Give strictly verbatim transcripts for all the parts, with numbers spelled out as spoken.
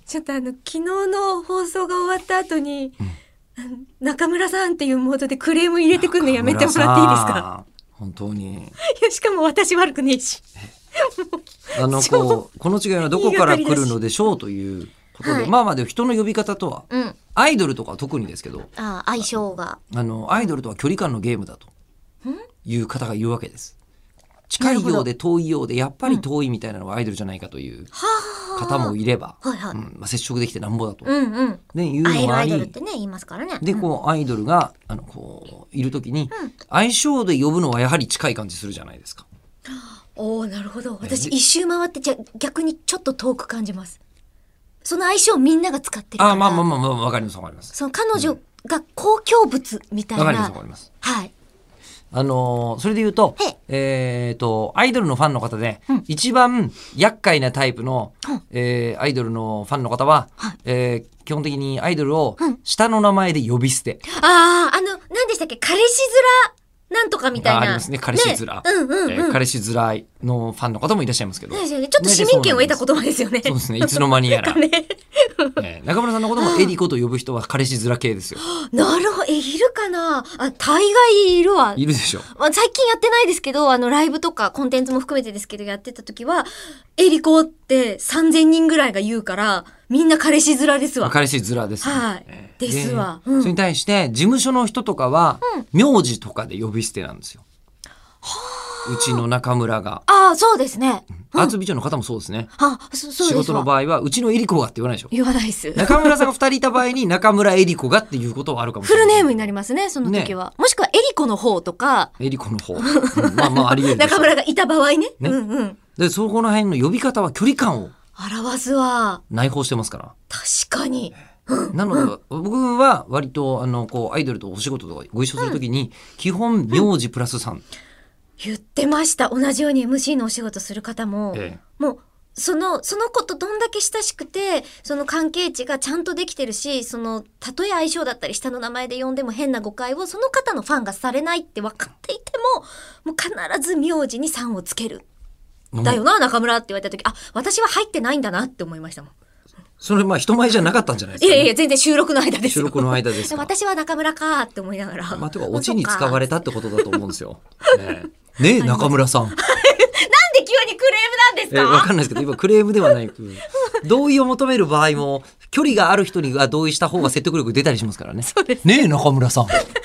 ちょっとあの昨日の放送が終わった後に、うん、中村さんっていうモードでクレーム入れてくるのやめてもらっていいですか。 本当に。いやしかも私悪くねえし。 あのこうこの違いはどこから来るのでしょうということで、はい、まあまあで人の呼び方とは、うん、アイドルとかは特にですけど、 あ相性があのアイドルとは距離感のゲームだという方が言うわけです。近いようで遠いようでやっぱり遠いみたいなのがアイドルじゃないかという方もいれば、うんうんまあ、接触できてなんぼだと、うんうん、でいうのもあり、 アイドルってね言いますからね。 でこうアイドルがあのこういるときに、うん、相性で呼ぶのはやはり近い感じするじゃないですか。 おーなるほど。私一周回ってじゃ逆にちょっと遠く感じます。その相性みんなが使ってるから。 あまあまあまあまあわかりますわかります。 その彼女が公共物みたいな。 わかりますわかります。 はい。 あのー、それで言うと、えーと、アイドルのファンの方で、うん、一番厄介なタイプの、うんえー、アイドルのファンの方は、うんえー、基本的にアイドルを下の名前で呼び捨て。 うん、ああ、あの、何でしたっけ、彼氏面なんとかみたいな。 あ, ありますね、彼氏面、ねうんうんうんえー。彼氏面のファンの方もいらっしゃいますけど。 ですよね、ちょっと市民権を得た言葉ですよね。 そうですね、いつの間にやら。ねえー、中村さんのこともエリコと呼ぶ人は彼氏面系ですよ。 なるほど、え、いるかなあ、大概いるわ。 いるでしょ。 まあ、最近やってないですけど、あの、ライブとかコンテンツも含めてですけど、やってた時は、エリコってさんぜんにんぐらいが言うから、みんな彼氏面ですわ。 彼氏面ですね。 はい。えー、ですわ、 うん。それに対して、事務所の人とかは、名字とかで呼び捨てなんですよ。うちの中村が。 ああ、そうですね。 アーツビジョンの方もそうですね。 あ、そ、そうです。 仕事の場合は、うちのエリコがって言わないでしょ。 言わないです。 中村さんがふたりいた場合に、中村エリコがっていうことはあるかもしれない。 フルネームになりますね、その時は。ね、もしくはエリコの方とか。 エリコの方。うん、まあまあ、あり得るでしょ。 中村がいた場合ね。ねうんうん。で、そこの辺の呼び方は距離感を。 表すわ。 内包してますから。 確かに。 なので、うん、僕は割とあのこうアイドルとお仕事とかご一緒するときに、うん、基本名字プラスさん、うん、 言ってました。同じように エムシー のお仕事する方も、ええ、もうそのその子とどんだけ親しくてその関係値がちゃんとできてるし、そのたとえ相性だったり下の名前で呼んでも変な誤解をその方のファンがされないって分かっていても、もう必ず名字にさんをつける、うん、だよな中村って言われた時、あ、私は入ってないんだなって思いましたもん。 それまあ人前じゃなかったんじゃないですか、ね、 いやいや全然収録の間ですよ。 収録の間ですか。 私は中村かって思いながら。 まあ、というかオチに使われたってことだと思うんですよ。ねえ、ねえ中村さん。なんで急にクレームなんですか。 えわかんないですけど今クレームではない。同意を求める場合も距離がある人には同意した方が説得力出たりしますからね。 そうですねえ中村さん。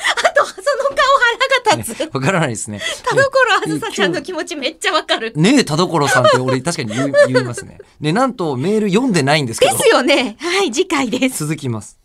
わ、ね、 からないですね。 田所あずさちゃんの気持ちめっちゃわかる。 ねえ田所さんって俺確かに言いますね。ね、なんとメール読んでないんですけど。 ですよね。はい、次回です。 続きます。